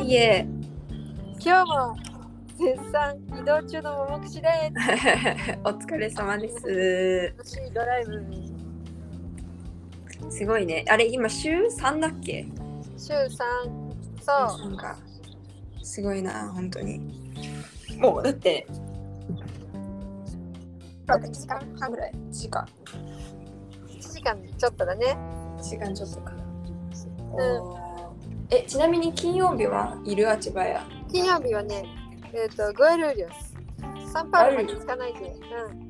いえ。 今日も絶賛移動中のももくしです。 お疲れ様です。 私ドライブ。 すごいね。あれ今週3だっけ？ 週3。そう。 なんかすごいな本当に。もうだって1時間半ぐらい。1時間ちょっとだね。 1時間ちょっとか。 うん。 ちなみに金曜日はいる？あちばや。 金曜日はね、グエルリオス。サンパウロまで着かないで。うん。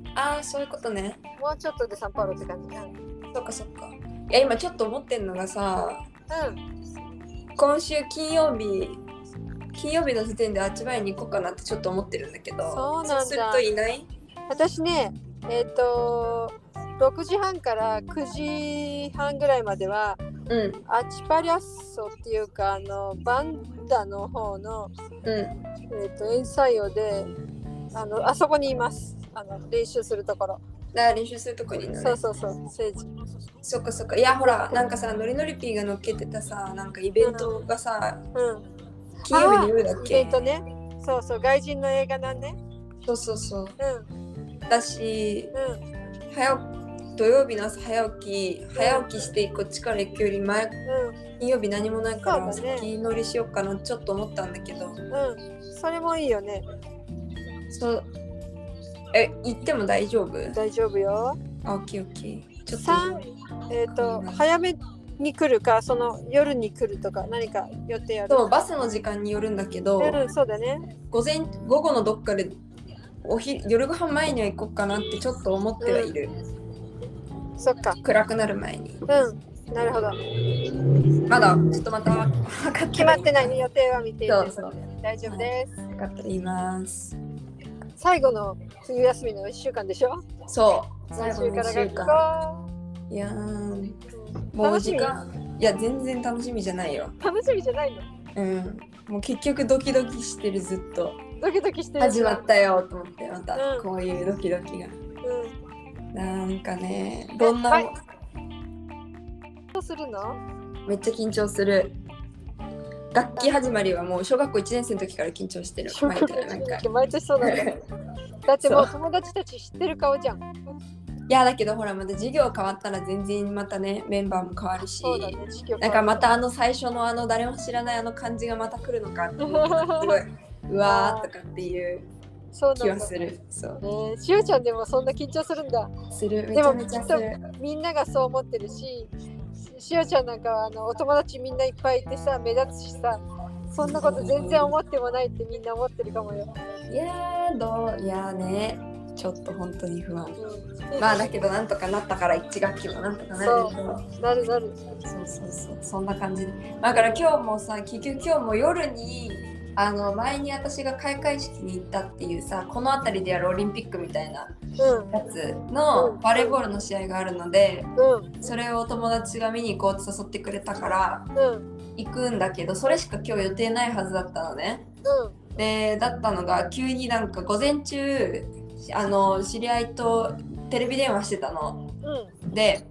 ああ、そういうことね。 もうちょっとでサンパウロって感じ。 そっかそっか。いや今ちょっと思ってんのがさ、今週金曜日の時点であちばやに行こうかなってちょっと思ってるんだけど、 そうなんだ。 そうするといない？ 私ね、6時半から9時半ぐらいまでは、アチパリャッソっていうかバンダの方の、演奏用であそこにいます。練習するところ。 練習するとこにいるのね。 そう政治。 そっかそっか。いやほらなんかさノリノリピーが乗っけてたさなんかイベントがさ、金曜日に夜だっけ？ イベントね。そう外人の映画なんね。 そう。だし、土曜日の朝早起きしてこっちから行くより前、金曜日何もないから先乗りしようかなちょっと思ったんだけど、 それもいいよね。 そう行っても大丈夫？ 大丈夫よ。 オッケーちょっと早めに来るかその夜に来るとか何か予定ある？ そうバスの時間によるんだけど、 そうだね。 午後のどっかで夜ご飯前には行こうかなってちょっと思ってはいる。 そっか。 暗くなる前に。 なるほど。 まだちょっとまた決まってないね。予定は見ている。 そう大丈夫です。 分かったら言います。 最後の冬休みの1週間でしょ？ そう。 最後の1週間。 いやもう時間いや全然楽しみじゃないよ。 楽しみじゃないの？ もう結局ドキドキしてるずっと。 ドキドキしてる。 始まったよと思ってまた、こういうドキドキが。なんかねどんな。 緊張するの？ めっちゃ緊張する。楽器始まりはもう小学校1年生の時から緊張してる。 毎年そうなんだ。だってもう友達たち知ってる顔じゃん。 いやだけどほらまた授業変わったら全然またねメンバーも変わるし、なんかまた最初の誰も知らない感じがまた来るのかって思ってすごいうわーとかっていう気はする。 しおちゃんでもそんな緊張するんだ。 する。めちゃめちゃする。 でもみんながそう思ってるし、しおちゃんなんかはお友達みんないっぱいいてさ目立つしさ、そんなこと全然思ってもないってみんな思ってるかもよ。 いやねちょっと本当に不安。まあだけどなんとかなったから1学期もなんとかなるけど。 なる。 そうそんな感じで。だから今日もさ結局今日も夜に前に私が開会式に行ったっていうさこの辺りでやるオリンピックみたいなやつのバレーボールの試合があるので、それを友達が見に行こうって誘ってくれたから、行くんだけどそれしか今日予定ないはずだったのね。でだったのが急になんか午前中知り合いとテレビ電話してたの。で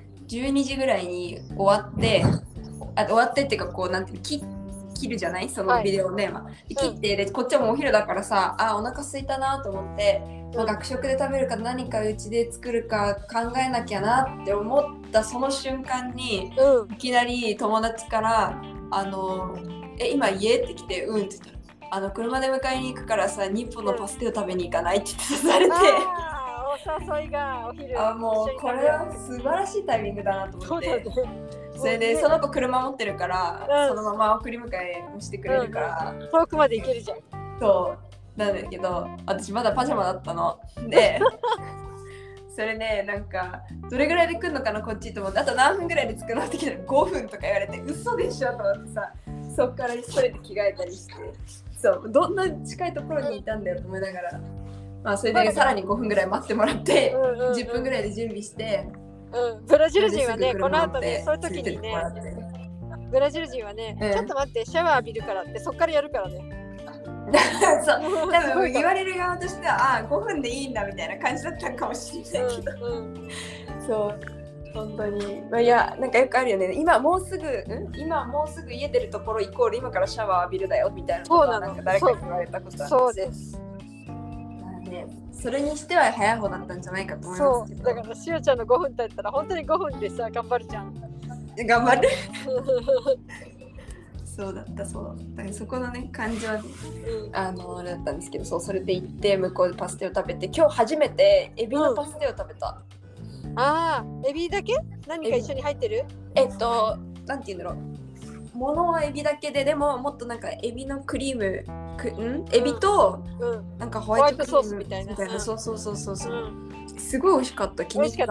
12時ぐらいに終わってっていうかこうなんていう切るじゃないそのビデオ電話、切ってでこっちはもうお昼だからさお腹空いたなと思って、学食で食べるか何かうちで作るか考えなきゃなって思ったその瞬間に、いきなり友達から今家って来てって言ったら車で迎えに行くからさ日本のパステを食べに行かないって言ってされて、 お誘いがお昼もうこれは素晴らしいタイミングだなと思って。それでその子車持ってるから、そのまま送り迎えもしてくれるから、 遠くまで行けるじゃん。 そうなんだけど私まだパジャマだったのでそれねなんかどれぐらいで来るのかなこっちと思ってあと何分ぐらいで着くのって聞いたら5分とか言われて嘘でしょと思ってさそっから急いで着替えたりしてそうどんな近いところにいたんだよと思いながら、それでさらに5分ぐらい待ってもらって、10分ぐらいで準備してブラジル人はねこの後ねそういう時にねブラジル人はね、ちょっと待ってシャワー浴びるからってそっからやるからね。 そう多分言われる側としては5分でいいんだみたいな感じだったかもしれないけど、そう本当に。いや、なんかよくあるよね。今もうすぐ家出るところイコール今からシャワー浴びるだよみたいなことはなんか誰かに言われたことある。 そうです。 ね、それにしては早い方だったんじゃないかと思いますけど。 そう、だからしおちゃんの5分経ったら本当に5分でさ、頑張るじゃん。 頑張る。そうだった。だからそこのね感じはね、あれだったんですけど、それで行って向こうでパステを食べて、今日初めてエビのパステを食べた。 ああ、エビだけ？何か一緒に入ってる？ なんていうんだろう。ものはエビだけで、でももっとなんかエビのクリーム、エビと、なんかホワイトソースみたいな。そう。すごい美味しかった。 美味しかった。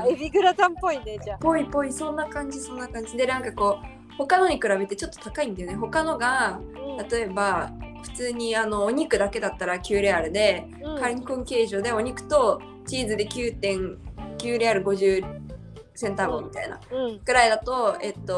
エビグラタンっぽいね、じゃあ。 ぽい、そんな感じで、なんかこう他のに比べてちょっと高いんだよね。他のが、例えば普通にお肉だけだったら9レアルで、カリンコンケージョでお肉とチーズで 9.9 レアル50センターボみたいなくらいだと、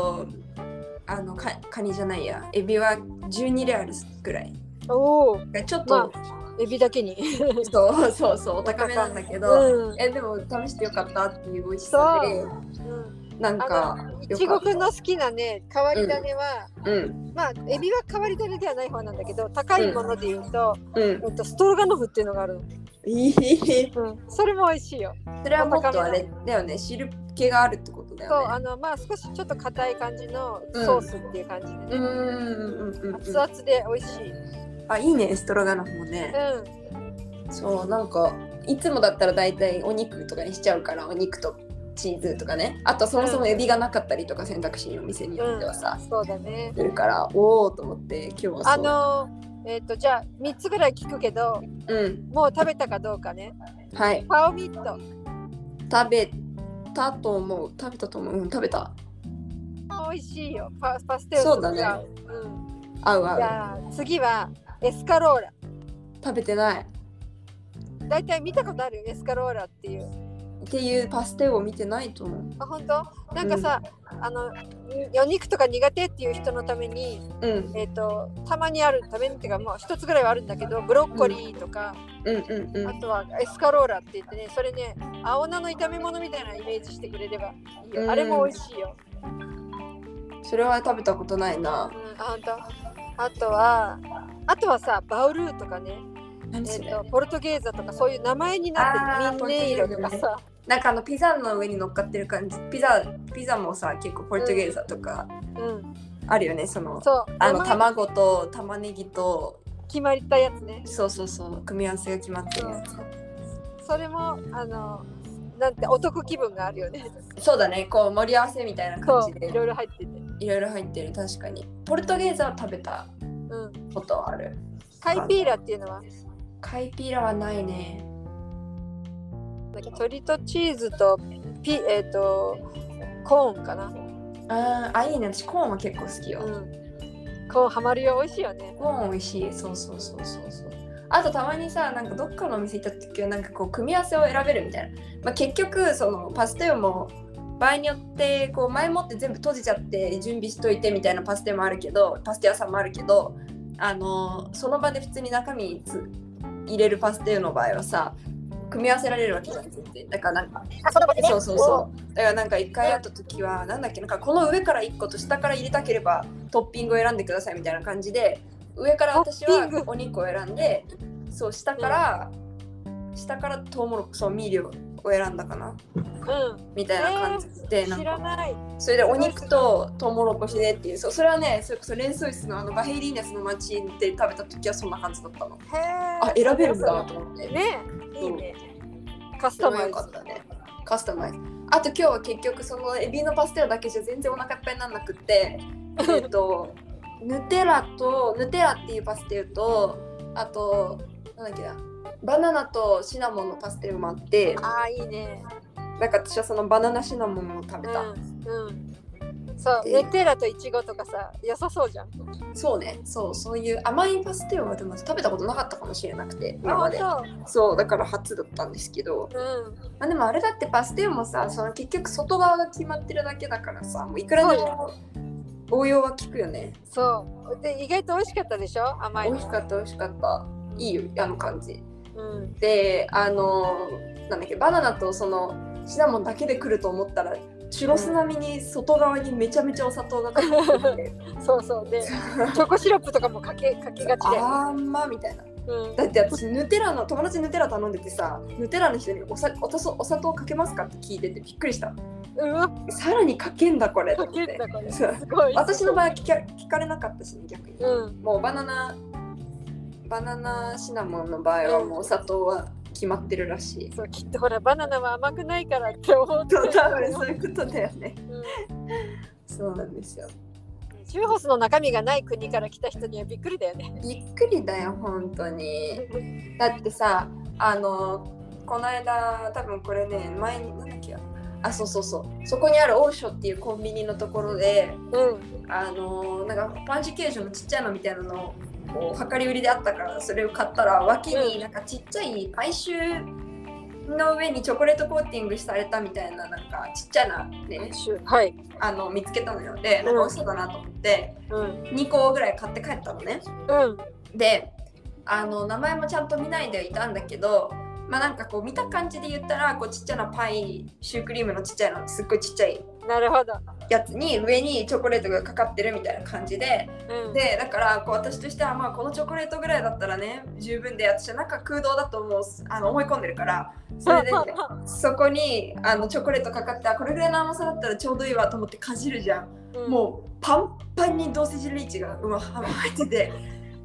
カニじゃないや、エビは12レアルくらい。 おー、ちょっと、 エビだけにそうお高めなんだけど、でも試してよかったっていう美味しさで、なんかいちごくんの好きなね変わり種は、まあエビは変わり種ではない方なんだけど、高いもので言うと、ストロガノフっていうのがあるの。それも美味しいよ。 それはもっとあれだよね、汁気があるってことだよね。 そう、まあ少しちょっと硬い感じのソースっていう感じでね、熱々で美味しい。 あ、いいね、ストロガノフもね。そう、なんかいつもだったらだいたいお肉とかにしちゃうから、お肉とチーズとかね、あとそもそもエビがなかったりとか選択肢にお店によってはさ、 そうだね、 するからおーと思って今日はそうじゃあ3つぐらい聞くけど、もう食べたかどうかね。 はい。 パオミット食べたと思う。食べた。 美味しいよ。パステルそうだね。合う。 じゃあ次はエスカローラ。 食べてない。 だいたい見たことある？エスカローラっていうパステルを見てないと思う。 あ、本当？なんかさ、お肉とか苦手っていう人のために、たまにあるためにっていうか、もう一つぐらいはあるんだけど、ブロッコリーとか、あとはエスカローラって言ってね、それね、青菜の炒め物みたいなイメージしてくれればいいよ。あれも美味しいよ。 それは食べたことないな。 本当。あとはさ、バウルーとかね、ポルトゲーザとかそういう名前になってるミンネイロとかさ、 なんかピザの上に乗っかってる感じ。ピザもさ、結構ポルトゲーザとかあるよね。卵と玉ねぎと決まったやつね。 そう組み合わせが決まってるやつ。それもなんてお得気分があるよね。 そうだね、こう盛り合わせみたいな感じでいろいろ入ってて、 いろいろ入ってる。確かにポルトゲーザは食べたことはある。 カイピーラっていうのは？ カイピーラはないね。 なんか鶏とチーズとコーンかな。 いいね。私コーンは結構好きよ。 コーンハマるよ。美味しいよね。 コーン美味しい。そう。あとたまにさ、なんかどっかのお店行った時はなんかこう組み合わせを選べるみたいな。結局そのパステルも場合によってこう前もって全部閉じちゃって準備しといてみたいなパステル屋さんもあるけど、その場で普通に中身入れるパステルの場合はさ、組み合わせられるわけじゃん、全然。だからなんかそうだからなんか一回会った時はなんだっけ、なんかこの上から1個と下から入れたければトッピングを選んでくださいみたいな感じで、上から私はお肉を選んで、そう下からトウモロコシ、ミーリョを選んだかな、みたいな感じで、なんかそれでお肉とトウモロコシでっていう、それはね、それこそレンソイスのバヘイリーナスの街で食べた時はそんな感じだったの。選べるんだと思ってね。 いいね。カスタマイズ。 あと今日は結局そのエビのパステラだけじゃ全然お腹いっぱいにならなくってヌテラっていうパステルと、あとなんだっけな、バナナとシナモンのパステルもあって、 いいね。 なんか私はそのバナナシナモンを食べた。 そう、ヌテラとイチゴとかさ、良さそうじゃん。 そうね、そういう甘いパステルはでも食べたことなかったかもしれなくて、今まで。そうだから初だったんですけど、でもあれだってパステルもさ、その結局外側が決まってるだけだからさ、もういくらでも応用は効くよね。 そうで、意外と美味しかったでしょ。甘いの。 美味しかった。いいよ、感じ。で、なんだっけ、バナナとそのシナモンだけで来ると思ったらチュロス並みに外側にめちゃめちゃお砂糖がかかっててそうそうでチョコシロップとかもかけがちであんまみたいな、だって私ヌテラの友達ヌテラ頼んでてさ、ヌテラの人にお砂糖かけますかって聞いててびっくりした。さらにかけんだこれと思って。すごい私の場合は聞かれなかったしね、逆に、もうバナナシナモンの場合はもうお砂糖は決まってるらしい。 そう、きっとほらバナナは甘くないからって思って多分そういうことだよね、そうなんですよ。 チューホスの中身がない国から来た人にはびっくりだよね。 びっくりだよ本当に。だってさ、この間多分これね、前になんだっけ、そこにあるオーショっていうコンビニのところで、なんかパンチケージのちっちゃいのみたいなのを量り売りであったから、それを買ったら脇になんかちっちゃいパイシューの上にチョコレートコーティングされたみたいな、なんかちっちゃなね、見つけたのよ。で、なんか美味しそうだなと思って、2個ぐらい買って帰ったのね。で、名前もちゃんと見ないではいたんだけど、まあなんかこう見た感じで言ったら、こうちっちゃなパイシュークリームのちっちゃいの、すっごいちっちゃいやつに上にチョコレートがかかってるみたいな感じで、でだからこう私としては、まあこのチョコレートぐらいだったらね十分で、私はなんか空洞だと思い込んでるから、それで、そこにチョコレートかかって、これぐらいの甘さだったらちょうどいいわと思ってかじるじゃん、もうパンパンにドーセージリーチが入ってて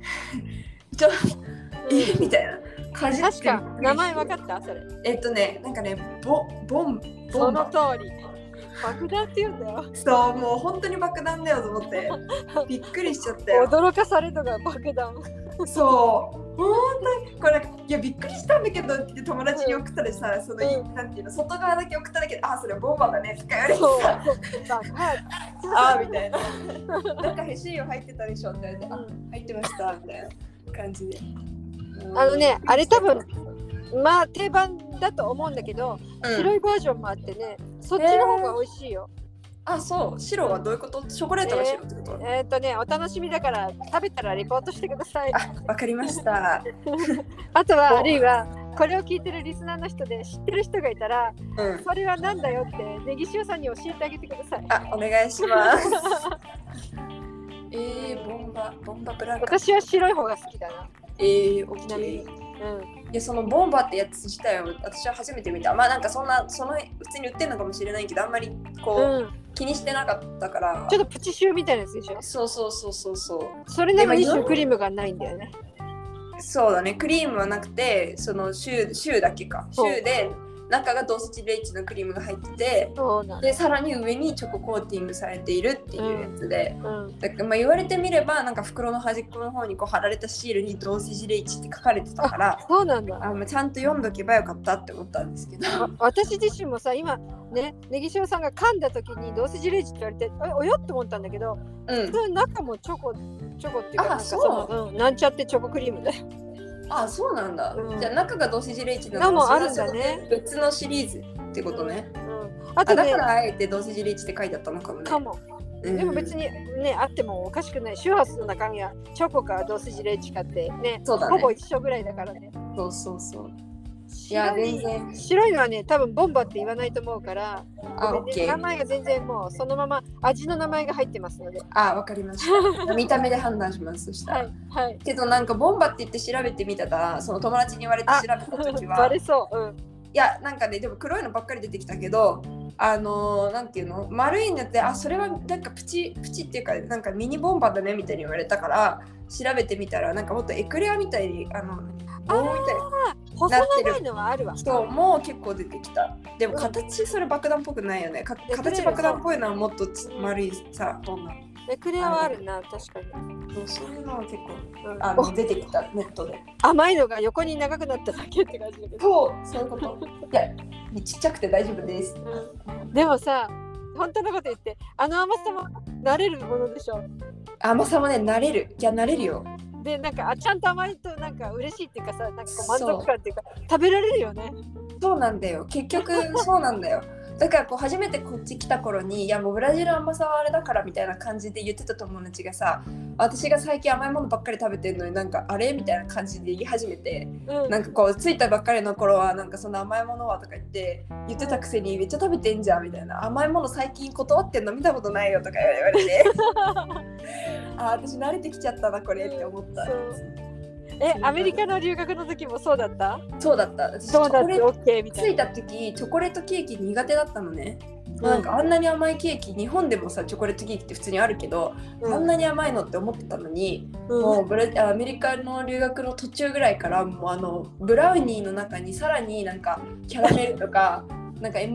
みたいな。 確か名前分かったそれ。 なんかね、ボンその通り。爆弾って言うんだよ。 そう、もう本当に爆弾だよと思ってびっくりしちゃったよ。 驚かされるのが爆弾。 そう本当にこれ、いやびっくりしたんだけどって友達に送ったらさ、そのなんていうの、外側だけ送っただけで、それボンバーだねとか言われてさみたいななんかヘシーヨ入ってたでしょって言われて、入ってましたみたいな感じで。 あれ多分まあ定番だと思うんだけど、白いバージョンもあってね、そっちの方が美味しいよ。 そう、白はどういうこと？チョコレートが白ってこと？ お楽しみだから食べたらレポートしてください。 わかりましたあとはあるいはこれを聞いてるリスナーの人で知ってる人がいたら、それはなんだよってネギ塩さんに教えてあげてください。 お願いしますボンバブランカ。 私は白い方が好きだな。 沖縄に。いや、そのボンバってやつ自体を私は初めて見た。まあなんかその普通に売ってるのかもしれないけど、あんまりこう、気にしてなかったから。 ちょっとプチシューみたいなやつでしょ。 そうそれなのにシュークリームがないんだよね。 そうだね、クリームはなくて、そのシューだけか。シューで中がドーセージレイチのクリームが入ってて、でさらに上にチョココーティングされているっていうやつで、だから言われてみればなんか袋の端っこの方にこう貼られたシールにドーセージレイチって書かれてたから、 そうなんだ。 ちゃんと読んどけばよかったって思ったんですけど、 私自身もさ、今ね、ネギ塩さんが噛んだ時にドーセージレイチって言われておよって思ったんだけど、普通中もチョコっていうか、なんかなんちゃってチョコクリームだよ。 そうなんだ、じゃあ中がドーセージレイチなのもあるんだね。 別のシリーズってことね。だからあえてドーセージレイチって書いてあったのかもね。でも別にね、あってもおかしくない。シューハウスの中身はチョコかドーセージレイチかってね、ほぼ一緒ぐらいだからね。 そういや全然白いのはね、多分ボンバって言わないと思うから、 名前が全然もうそのまま味の名前が入ってますので。 わかりました見た目で判断します。そしたら、けどなんかボンバって言って調べてみたら、その友達に言われて調べた時はバレそう、 いやなんかね、でも黒いのばっかり出てきたけど、なんていうの、丸いのってそれはなんかプチっていうか、なんかミニボンバだねみたいに言われたから、調べてみたらなんかもっとエクレアみたいに棒みたい細長いのはあるわ。 そうもう結構出てきた。でも形それ爆弾っぽくないよね。形爆弾っぽいのはもっと丸いさ、どんなエクレアはあるな、確かに。 そういうのは結構出てきた、ネットで。 甘いのが横に長くなっただけって感じだけど。 そういうこと。いや、ちっちゃくて大丈夫です。 でもさ、本当のこと言って、甘さも慣れるものでしょ。 甘さもね、慣れる。いや、慣れるよ。 で、なんかちゃんと甘いとなんか嬉しいっていうかさ、なんか満足感っていうか、食べられるよね。 そうなんだよ。結局そうなんだよ。 だからこう初めてこっち来た頃にいやもうブラジル甘さはあれだからみたいな感じで言ってた友達がさ、私が最近甘いものばっかり食べてるのになんかあれみたいな感じで言い始めて、なんかこう着いたばっかりの頃はなんかその甘いものはとか言ってたくせにめっちゃ食べてんじゃんみたいな、甘いもの最近断ってんの見たことないよとか言われて私慣れてきちゃったなこれって思った。 アメリカの留学の時もそうだった？ そうだった。 ドーナツ OK みたいな。 着いた時チョコレートケーキ苦手だったのね。なんかあんなに甘いケーキ、日本でもさチョコレートケーキって普通にあるけど、あんなに甘いのって思ってたのに、もうアメリカの留学の途中ぐらいからもうブラウニーの中にさらになんかキャラメルとかなんか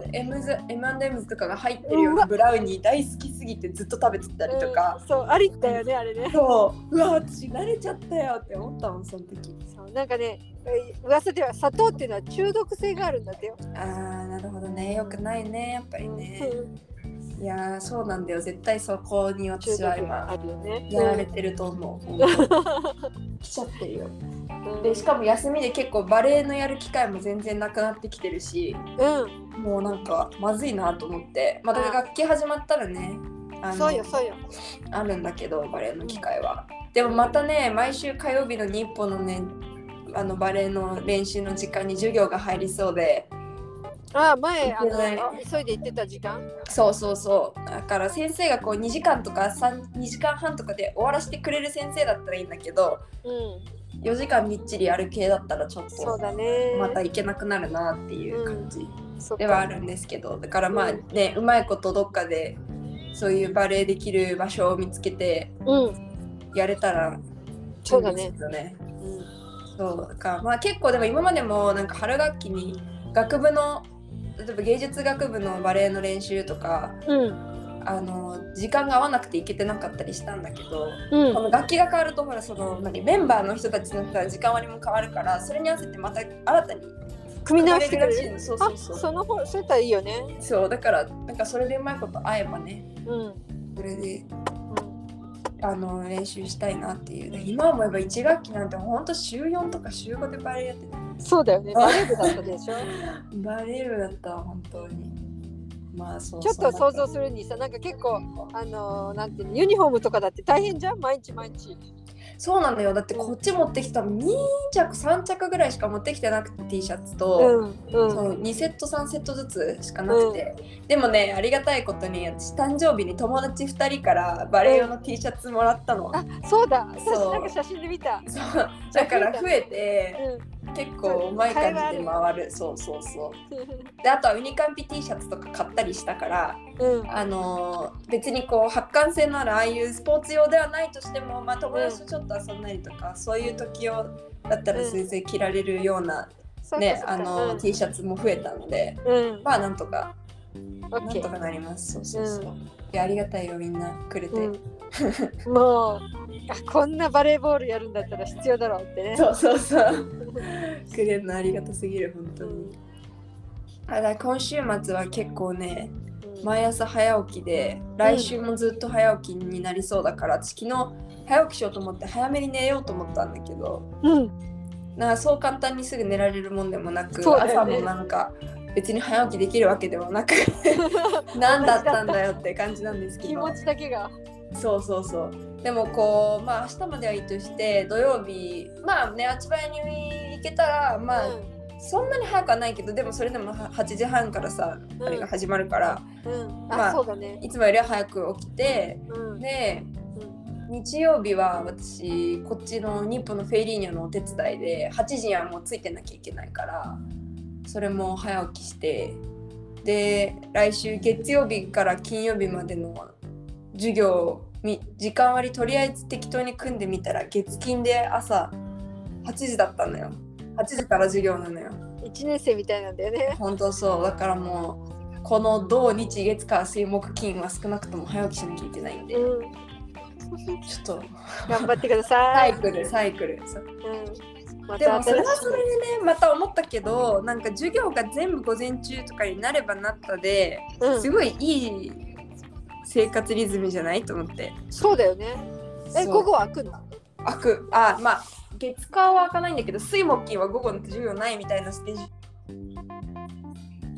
M&M's とかが入ってるようなブラウニー大好きすぎてずっと食べてたりとか、 そうありだよねあれね。 そう私慣れちゃったよって思ったもんその時。 そうなんかね噂では砂糖っていうのは中毒性があるんだってよ。 なるほどね、よくないねやっぱりね。いやそうなんだよ、絶対そこに私は今やられてると思う。来ちゃってるよ。でしかも休みで結構バレエのやる機会も全然なくなってきてるし、もうなんかまずいなと思って、また楽器始まったらねそうよあるんだけどバレエの機会は。でもまたね毎週火曜日の日本のねバレエの練習の時間に授業が入りそうで。 前急いで行ってた時間？ そうだから先生がこう2時間とか2時間半とかで終わらせてくれる先生だったらいいんだけど、4時間みっちりやる系だったらちょっとまた行けなくなるなっていう感じではあるんですけど、だからまあねうまいことどっかでそういうバレエできる場所を見つけてやれたらそうだね。 そうだからまあ結構でも今までもなんか春学期に学部の例えば芸術学部のバレエの練習とか、時間が合わなくて行けてなかったりしたんだけど、この楽器が変わるとほらそのメンバーの人たちの時間割も変わるから、それに合わせてまた新たに組み直してくれる。 そうそういったらいいよね。 そうだからなんかそれでうまいこと合えばね、それで、練習したいなっていう。今思えば1学期なんてほんと週4とか週5でバレエやってた。 そうだよね、バレー部だったでしょ。 バレー部だった本当に。まあそうちょっと想像するにさ、なんか結構なんていうの、ユニフォームとかだって大変じゃん、毎日。 そうなのよ。だってこっち持ってきたの2着3着ぐらいしか持ってきてなくて T シャツと、そう2セット3セットずつしかなくて、でもねありがたいことに私誕生日に友達2人からバレエ用の T シャツもらったの。 そうだ、私なんか写真で見た。 そうだから増えて、結構うまい感じで回る。そうであとはウニカンピ T シャツとか買ったりしたから、別にこう発汗性のあるああいうスポーツ用ではないとしても、まあ、友達とちょっと遊んだりとか、そういう時用だったら全然着られるような、T シャツも増えたので、まあなんとかなります。いやありがたいよみんなくれて、 もうこんなバレーボールやるんだったら必要だろうってね。 そうくれるのありがたすぎる本当に。今週末は結構ね毎朝早起きで、来週もずっと早起きになりそうだから、私昨日早起きしようと思って早めに寝ようと思ったんだけど、なんかそう簡単にすぐ寝られるもんでもなく、朝もなんか別に早起きできるわけではなく何だったんだよって感じなんですけど、 気持ちだけが。 そうでもこうまあ明日まではいいとして、土曜日まあねあちばやに行けたらまあ、そんなに早くはないけど、でもそれでも8時半からさ、あれが始まるから、まあそうだね、 いつもよりは早く起きて、で、日曜日は私こっちの日本のフェイリーニャのお手伝いで8時にはもうついてなきゃいけないから、それも早起きして、で来週月曜日から金曜日までの授業時間割とりあえず適当に組んでみたら月金で朝8時だったのよ。8時から授業なのよ。 1年生みたいなんだよね。 本当そう。だからもうこの土日月火水木金は少なくとも早起きしなきゃいけないんで、ちょっと頑張ってください。 サイクル。でもそれはそれでねまた思ったけど、なんか授業が全部午前中とかになればなったで、すごいいい生活リズムじゃないと思って。 そうだよね。午後は開くの？ 開く。まあ月火は開かないんだけど、水木金は午後の授業ないみたいなステージ。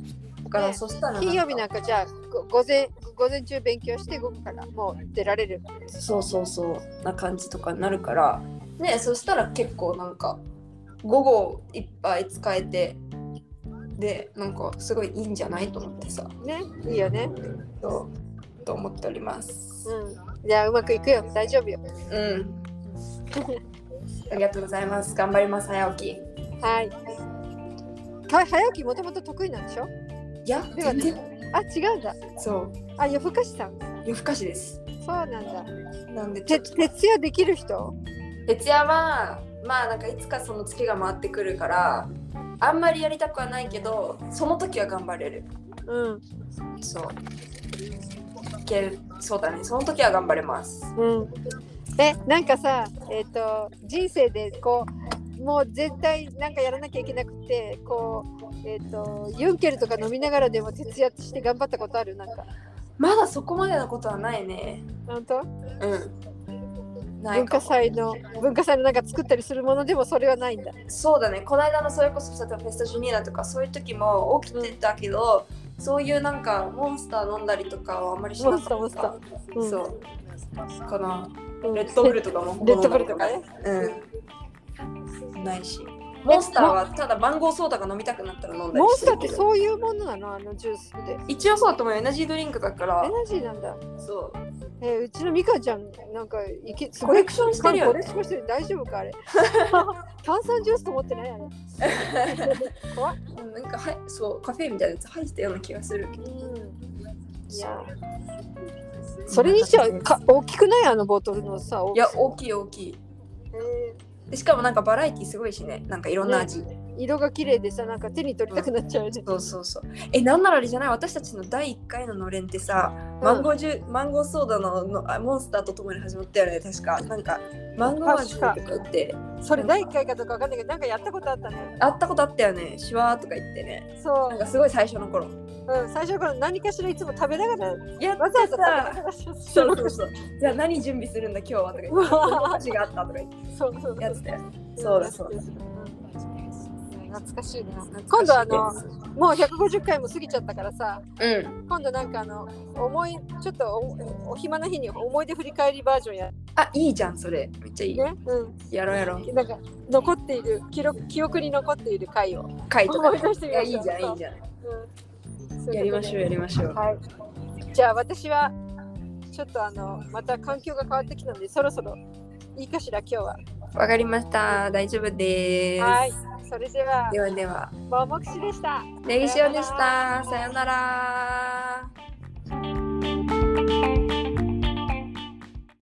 だからそしたら金曜日なんかじゃあ午前中勉強して午後からもう出られる。 そうな感じとかになるからね。そしたら結構なんか午後いっぱい使えてでなんかすごいいいんじゃないと思ってさ。 ね、いいよね。 と思っております。 じゃあうまくいくよ。大丈夫よ。 ありがとうございます。頑張ります。早起き。 はい。早起きもともと得意なんでしょ？ いや、全然。 違うんだ。 そう。 夜更かしさん。 夜更かしです。 そうなんだ。 なんで徹夜できる人？ 徹夜はまあなんかいつかその月が回ってくるからあんまりやりたくはないけどその時は頑張れる。そうだね。その時は頑張れます。 なんかさ、人生でこうもう絶対なんかやらなきゃいけなくてこうユンケルとか飲みながらでも徹夜して頑張ったことある？なんかまだそこまでのことはないね。 本当？ ないかも。 文化祭のなんか作ったりするものでもそれはないんだ。 そうだね。この間のそれこそフェスタジュニーナとかそういう時も起きてたけど、そういうなんかモンスター飲んだりとかはあんまりしなかった。 モンスター。 そうかな。レッドブルとかもレッドブルとかね。 ないし。モンスターはただマンゴーソーダが飲みたくなったら飲んだりしてるけど。 モンスターってそういうものなの？ジュースって。 一応そうだと思うよ。エナジードリンクだから。 エナジーなんだ。 そう。 うちのミカちゃんなんかコレクションしてるよね。 コレクションしてる。大丈夫かあれ？炭酸ジュースと思ってないあれ。怖っ。 なんかそうカフェみたいなやつ入ってたような気がするけど。 いや。それにしては大きくない？あのボトルのさ。 いや大きい。でしかもなんかバラエティすごいしね。なんかいろんな味。 色が綺麗でさ、なんか手に取りたくなっちゃうね。 そうなんならあれじゃない？私たちの第1回ののれんってさ、マンゴーソーダのモンスターとともに始まったよね。確かなんかマンゴー味とか言ってそれ第1回かどうかわかんないけどなんかやったことあったね。 あったよね。シュワーとか言ってね。そうなんかすごい最初の頃。 最初から何かしらいつも食べながらわざわざそうじゃあ何準備するんだ今日はとか言ってこの味があったとか言ってやつだよ。そうだ懐かしいね。今度もう150回も過ぎちゃったからさ、今度なんかちょっとお暇な日に思い出振り返りバージョンや。 いいじゃんそれ。めっちゃいいね。やろう。 なんか残っている記憶に残っている回とか思い出してみましょう。いいじゃん。やりましょう。 はい。じゃあ私はちょっとまた環境が変わってきたのでそろそろいいかしら今日は。 わかりました。大丈夫です。 はい。それでは。 では。 ももくしでした。 ネギシオでした。さよなら。